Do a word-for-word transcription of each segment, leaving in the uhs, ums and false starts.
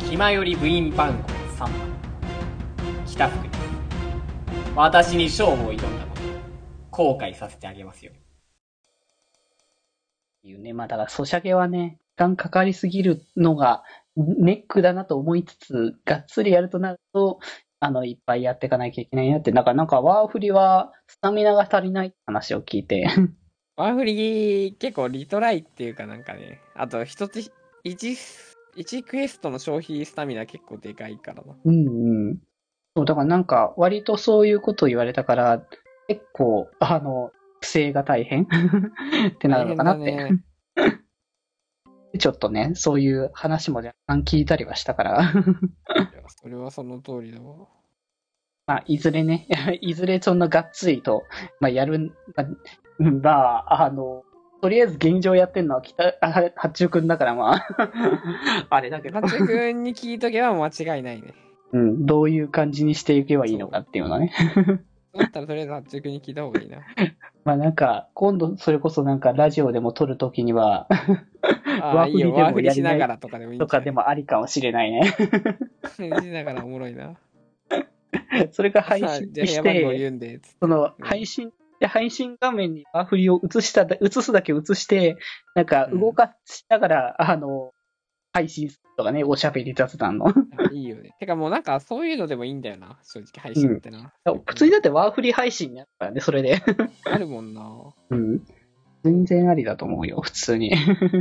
暇より部員番号さんばん北福に私に勝負を挑んだこと後悔させてあげますよ。 いうね、まあだからソシャゲはね、時間かかりすぎるのがネックだなと思いつつ、がっつりやるとなると、あの、いっぱいやっていかなきゃいけないなって、なんか、なんかワーフリはスタミナが足りないって話を聞いて。 ワーフリ結構リトライっていうかなんかね、あと一つ、一、一クエストの消費スタミナ結構でかいからな。 うんうん。そう、だからなんか、割とそういうことを言われたから、結構、あの、不正が大変ってなるのかなって。 ね、 ちょっとね、そういう話も若干聞いたりはしたから。 いや、それはその通りだわ。 まあ、いずれね、いずれそんながっつりと、まあ、やる、まあ、まあ、あの、とりあえず現状やってんのは北、あ、八中くんだからまあ、あれだけど。 八中くんに聞いとけば間違いないね。 うん、どういう感じにしていけばいいのかっていうのはね。 そうだったらとりあえず八中くんに聞いた方がいいな。 まあなんか、今度それこそなんかラジオでも撮るときには、 ああ、いいよ、ワーフリやりなしないがらとかでもいいんじゃないとかでもありかもしれないね。 ワーフリしながらおもろいな。 それが配さあ、 信じゃあ部し屋番号て、 言うんで、つって。 そのうん配信、で配信画面にワーフリを映した、映すだけ映して、なんか動かしながら、あの、配信するとかね、おしゃべり雑談の。 あいいよね。てかもうなんかそういうのでもいいんだよな、正直配信ってな。 普通にだってワーフリ配信やるからね、それで。 あるもんな。 うん。全然ありだと思うよ、普通に。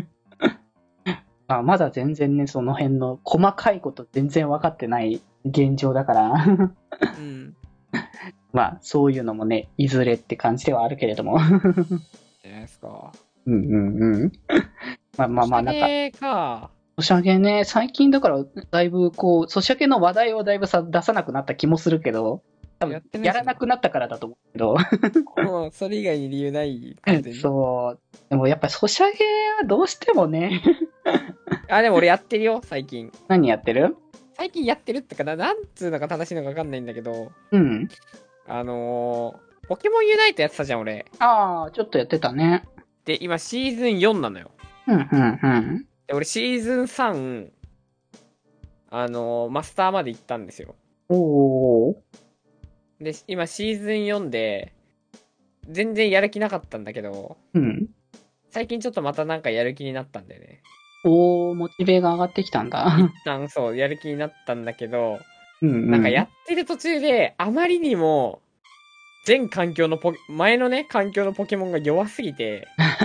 まあ、まだ全然ね、その辺の細かいこと全然分かってない現状だから。 うん。 まあ、そういうのもね、いずれって感じではあるけれども。 じゃないですか。 うんうんうん。まあまあまあ、なんか。 ソシャゲか。 ソシャゲね、最近だからだいぶこう、ソシャゲの話題をだいぶさ出さなくなった気もするけど、多分やらなくなったからだと思うけど。 もうそれ以外に理由ない感じ。 そう。でもやっぱりソシャゲはどうしてもね。 あ、でも俺やってるよ、最近。 何やってる？ 最近やってるってかな、なんつうのが正しいのかわかんないんだけど。 うん。 あのー、ポケモンユナイトやってたじゃん、俺。 ああ、ちょっとやってたね。 で、今シーズンよんなのよ。 うんうんうん。 で、俺シーズンさん、あのー、マスターまで行ったんですよ。 おー。 で、今シーズンよんで、全然やる気なかったんだけど、 うん。 最近ちょっとまたなんかやる気になったんだよね。 おー、モチベが上がってきたんだ。 一旦そう、やる気になったんだけど、 うんうん、 なんかやってる途中で、あまりにも、全環境のポ、前のね、環境のポケモンが弱すぎて、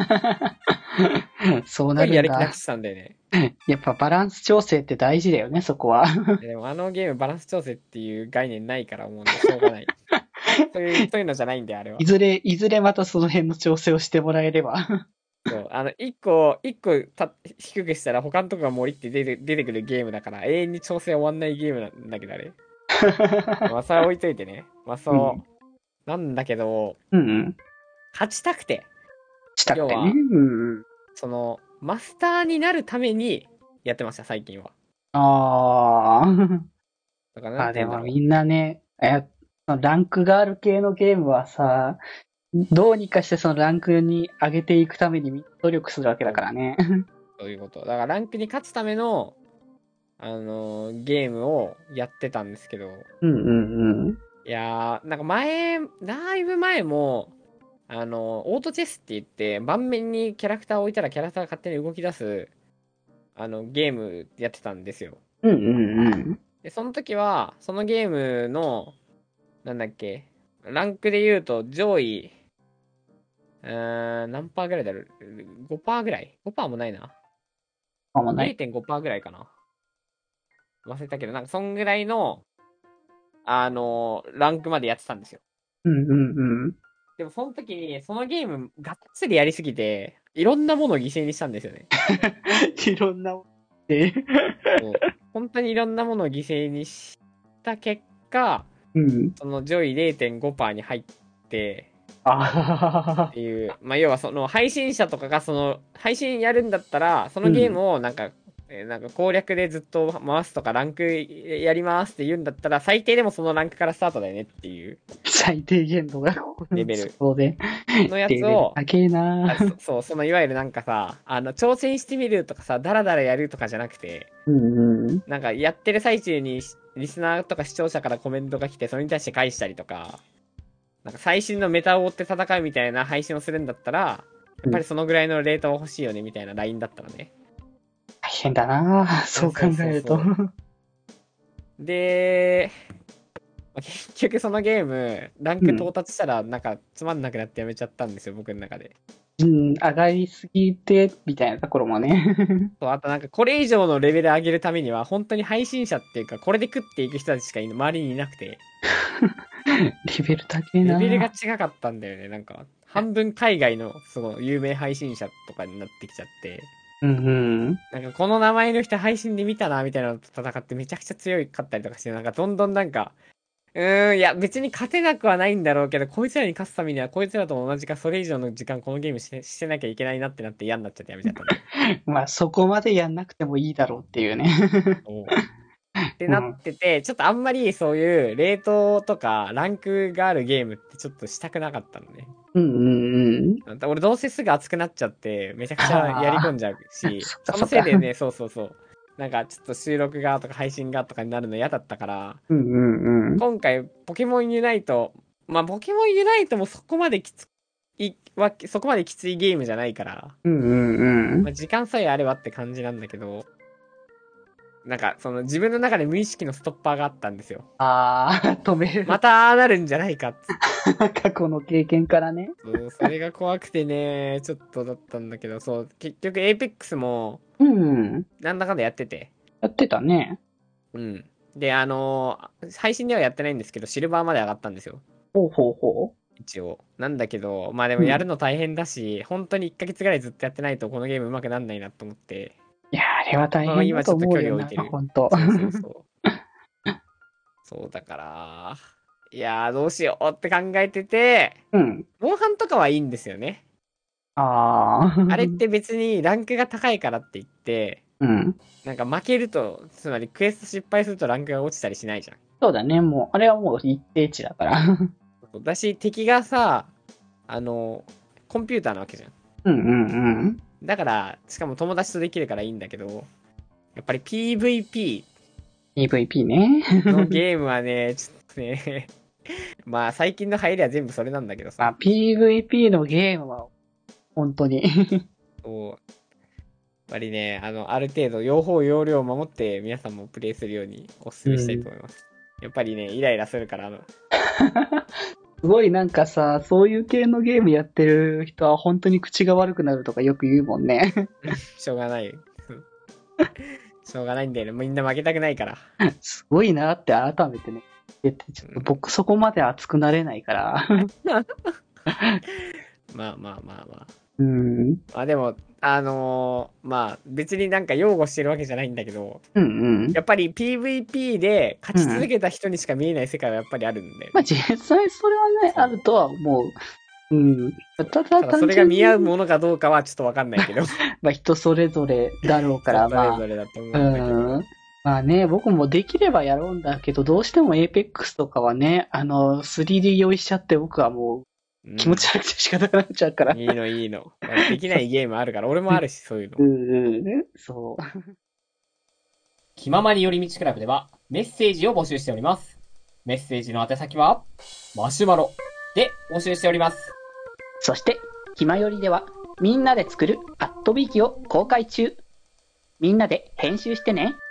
そうなるんだ。 やる気なくしたんだよね。 やっぱバランス調整って大事だよね、そこは。 でもあのゲームバランス調整っていう概念ないからもうね、しょうがない。そういう、そういうのじゃないんだよ、あれは。 いずれ、いずれまたその辺の調整をしてもらえれば。 そう、あの、一個、一個た低くしたら他のとこが森って出て出てくるゲームだから永遠に調整終わんないゲームなんだけど、あれ。まあ、それは置いといてね。まあ、そう、うん、なんだけど、 うんうん。 勝ちたくて。 したくてね。 うんうん。その、マスターになるためにやってました、最近は。 あー。 だからなんていうんだろう。 あ、でもみんなね、え、ランクがある系のゲームはさ、どうにかしてそのランクに上げていくために努力するわけだからね。 そういうこと。だからランクに勝つための、あのー、ゲームをやってたんですけど。 うんうんうん。 いやー、なんか前、だいぶ前も、あのー、オートチェスって言って、盤面にキャラクターを置いたらキャラクターが勝手に動き出す、あの、ゲームやってたんですよ。 うんうんうん。 で、その時は、そのゲームの、なんだっけ、ランクで言うと上位、うーん、何パーぐらいだろう ?ごパー ぐらい ?ごパー もないな。 あんまない。 れいてんごパー ぐらいかな。忘れたけど、なんかそんぐらいの、あのー、ランクまでやってたんですよ。 うんうんうん。 でもその時に、そのゲームがっつりやりすぎて、いろんなものを犠牲にしたんですよね。 いろんなもので。 そう本当にいろんなものを犠牲にした結果、 うん、 その上位 れいてんごパー に入って、 あっていう、まあ、要はその配信者とかがその配信やるんだったら、そのゲームをなんか、 えーなんか攻略でずっと回すとかランクやりますって言うんだったら、最低でもそのランクからスタートだよねっていう最低限度がここレベルそうで。 のやレベルつを、 高えなあそそう、そのいわゆるなんかさ、あの、挑戦してみるとかさ、ダラダラやるとかじゃなくて、 うんうん。 なんかやってる最中にリスナーとか視聴者からコメントが来て、それに対して返したりとか、なんか最新のメタを追って戦うみたいな配信をするんだったら、やっぱりそのぐらいのレートは欲しいよねみたいなラインだったのね。 大変だなそう考えると。 そうそうそうで、まあ結局そのゲーム、ランク到達したらなんかつまんなくなってやめちゃったんですよ、僕の中で。 うん、上がりすぎて、みたいなところもね。 そう、あとなんかこれ以上のレベル上げるためには、本当に配信者っていうか、これで食っていく人たちしかい周りにいなくて、 レベル高えなレベルが違かったんだよね。なんか、半分海外のすごい有名配信者とかになってきちゃって、 うんうん。 なんかこの名前の人配信で見たな、みたいなのと戦ってめちゃくちゃ強かったりとかして、なんかどんどんなんか、うーん、いや別に勝てなくはないんだろうけど、こいつらに勝つためにはこいつらと同じかそれ以上の時間このゲームしてしてなきゃいけないなってなって嫌になっちゃってやめちゃったんだよ。 まあ、そこまでやんなくてもいいだろうっていうね。 そうってなってて、ちょっとあんまりそういうレートとかランクがあるゲームってちょっとしたくなかったのね。 うんうんうん。 俺どうせすぐ熱くなっちゃって、めちゃくちゃやり込んじゃうし、 そっかそのせいでね、そうそうそう。なんかちょっと収録がとか配信がとかになるの嫌だったから、 うんうんうん。 今回ポケモンユナイト、まあポケモンユナイトもそこまできついわけ、そこまできついゲームじゃないから、 うんうんうん。 まあ時間さえあればって感じなんだけど、なんかその自分の中で無意識のストッパーがあったんですよ。 あー、止める。 またああなるんじゃないかっつって。 過去の経験からね。 そう、それが怖くてね、ちょっとだったんだけど、そう、結局エイペックスも、 うん。 なんだかんだやってて。 やってたね。 うん。で、あのー配信ではやってないんですけど、シルバーまで上がったんですよ。 ほうほうほ一応。なんだけど、まあでもやるの大変だし、本当にいっかげつぐらいずっとやってないとこのゲーム上手くなんないなと思って。 う。いや、あれは大まあ変だと思うよな、 今ちょっと距離を置いてるほんと。 そうそうそう。そうだから、いやーどうしようって考えてて、 うん。 モンハンとかはいいんですよね。 あー。 あれって別にランクが高いからって言って、 うん。 なんか負けると、つまりクエスト失敗するとランクが落ちたりしないじゃん。 そうだね、もう、あれはもう一定値だから。 だし、敵がさ、あの、コンピューターなわけじゃん。 うんうんうん。 だから、しかも友達とできるからいいんだけど、やっぱり ピーブイピイーブイピー ね。 ーのゲームはね、ちょっとね、まあ最近の流行りは全部それなんだけどまあ、 さ、 ピーブイピー のゲームは、本当に。 そうやっぱりね、あの、ある程度、用法用量を守って皆さんもプレイするようにお勧めしたいと思います。やっぱりね、イライラするから、あの、 すごいなんかさ、そういう系のゲームやってる人は本当に口が悪くなるとかよく言うもんね。 しょうがない。しょうがないんだよね。みんな負けたくないから。 すごいなって改めてね。言ってちょっと僕そこまで熱くなれないから。 まあまあまあまあ。 うん。 まあでも、あのーまあ別になんか擁護してるわけじゃないんだけど、 うんうん。 やっぱり ピーブイピー で勝ち続けた人にしか見えない世界はやっぱりあるんだよね。 まあ実際それはね、あるとは思う。うん。ただただそれが見合うものかどうかはちょっとわかんないけど。 まあ人それぞれだろうから、まあ。 それぞれだと思うんうだけど。 ん。まあね、僕もできればやろうんだけど、どうしても エーペックス とかはね、あの、スリーディー 用意しちゃって僕はもううん気持ち悪くて仕方なくなっちゃうから。 いいのいいの。まあできないゲームあるから、俺もあるし、そういうのう。んうん。そう。 気ままに寄り道クラブではメッセージを募集しております。メッセージの宛先は、マシュマロで募集しております。 そして、ひまよりでは、みんなで作るアットビーキを公開中。みんなで編集してね。